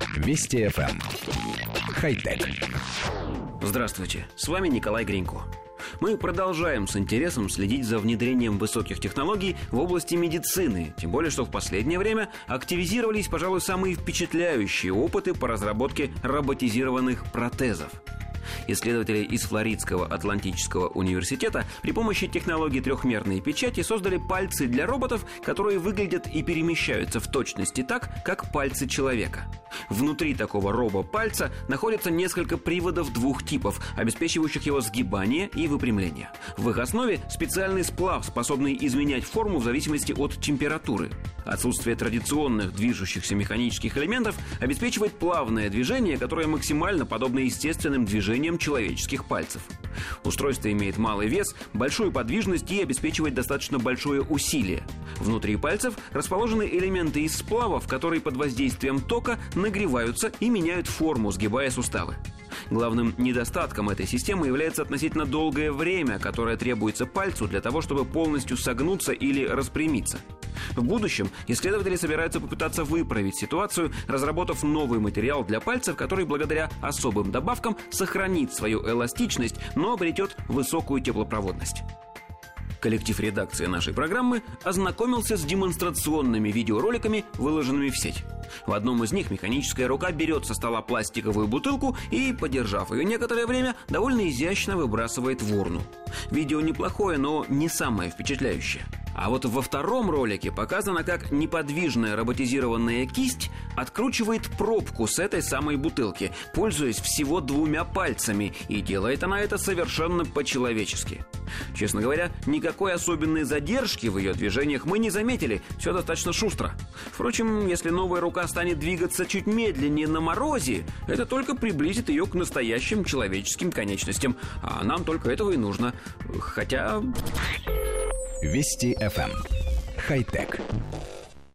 Вести ФМ. Хай-тек. Здравствуйте, с вами Николай Гринько. Мы продолжаем с интересом следить за внедрением высоких технологий в области медицины, тем более, что в последнее время активизировались, пожалуй, самые впечатляющие опыты по разработке роботизированных протезов. Исследователи из Флоридского Атлантического университета при помощи технологии трехмерной печати создали пальцы для роботов, которые выглядят и перемещаются в точности так, как пальцы человека. Внутри такого робопальца находится несколько приводов двух типов, обеспечивающих его сгибание и выпрямление. В их основе специальный сплав, способный изменять форму в зависимости от температуры. Отсутствие традиционных движущихся механических элементов обеспечивает плавное движение, которое максимально подобно естественным движениям человеческих пальцев. Устройство имеет малый вес, большую подвижность и обеспечивает достаточно большое усилие. Внутри пальцев расположены элементы из сплавов, которые под воздействием тока нагреваются и меняют форму, сгибая суставы. Главным недостатком этой системы является относительно долгое время, которое требуется пальцу для того, чтобы полностью согнуться или распрямиться. В будущем исследователи собираются попытаться выправить ситуацию, разработав новый материал для пальцев, который благодаря особым добавкам сохранит свою эластичность, но обретет высокую теплопроводность. Коллектив редакции нашей программы ознакомился с демонстрационными видеороликами, выложенными в сеть. В одном из них механическая рука берет со стола пластиковую бутылку и, подержав ее некоторое время, довольно изящно выбрасывает в урну. Видео неплохое, но не самое впечатляющее. А вот во втором ролике показано, как неподвижная роботизированная кисть откручивает пробку с этой самой бутылки, пользуясь всего двумя пальцами, и делает она это совершенно по-человечески. Честно говоря, никакой особенной задержки в ее движениях мы не заметили, все достаточно шустро. Впрочем, если новая рука станет двигаться чуть медленнее на морозе, это только приблизит ее к настоящим человеческим конечностям, а нам только этого и нужно. Хотя... Вести ФМ. Хай-тек.